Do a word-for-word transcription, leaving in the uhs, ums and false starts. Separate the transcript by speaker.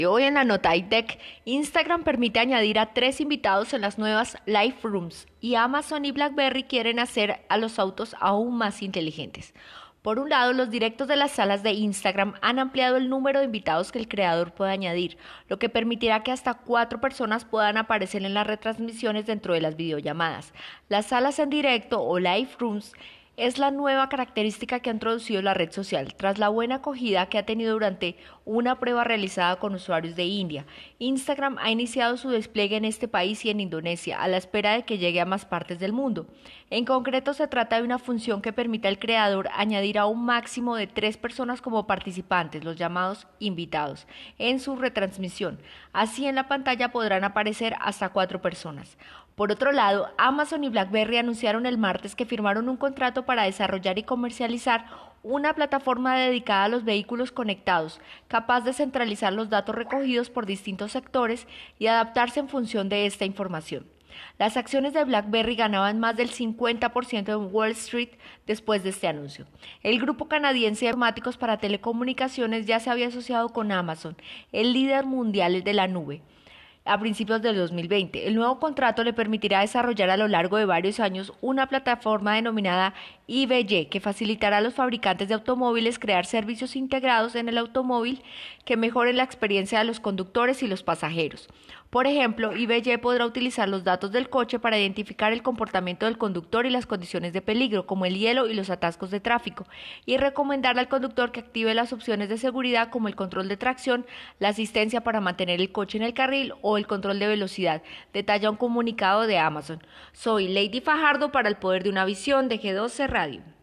Speaker 1: Hoy en la nota iTech, Instagram permite añadir a tres invitados en las nuevas Live Rooms y Amazon y BlackBerry quieren hacer a los autos aún más inteligentes. Por un lado, los directos de las salas de Instagram han ampliado el número de invitados que el creador puede añadir, lo que permitirá que hasta cuatro personas puedan aparecer en las retransmisiones dentro de las videollamadas. Las salas en directo o Live Rooms es la nueva característica que ha introducido la red social, tras la buena acogida que ha tenido durante una prueba realizada con usuarios de India. Instagram ha iniciado su despliegue en este país y en Indonesia, a la espera de que llegue a más partes del mundo. En concreto, se trata de una función que permite al creador añadir a un máximo de tres personas como participantes, los llamados invitados, en su retransmisión. Así, en la pantalla podrán aparecer hasta cuatro personas. Por otro lado, Amazon y BlackBerry anunciaron el martes que firmaron un contrato para desarrollar y comercializar una plataforma dedicada a los vehículos conectados, capaz de centralizar los datos recogidos por distintos sectores y adaptarse en función de esta información. Las acciones de BlackBerry ganaban más del cincuenta por ciento en Wall Street después de este anuncio. El grupo canadiense de informáticos para telecomunicaciones ya se había asociado con Amazon, el líder mundial de la nube, a principios del dos mil veinte. El nuevo contrato le permitirá desarrollar a lo largo de varios años una plataforma denominada I V Y que facilitará a los fabricantes de automóviles crear servicios integrados en el automóvil que mejoren la experiencia de los conductores y los pasajeros. Por ejemplo, I V Y podrá utilizar los datos del coche para identificar el comportamiento del conductor y las condiciones de peligro, como el hielo y los atascos de tráfico, y recomendarle al conductor que active las opciones de seguridad como el control de tracción, la asistencia para mantener el coche en el carril o el control de velocidad, detalla un comunicado de Amazon. Soy Lady Fajardo para El Poder de una Visión de G doce Radio.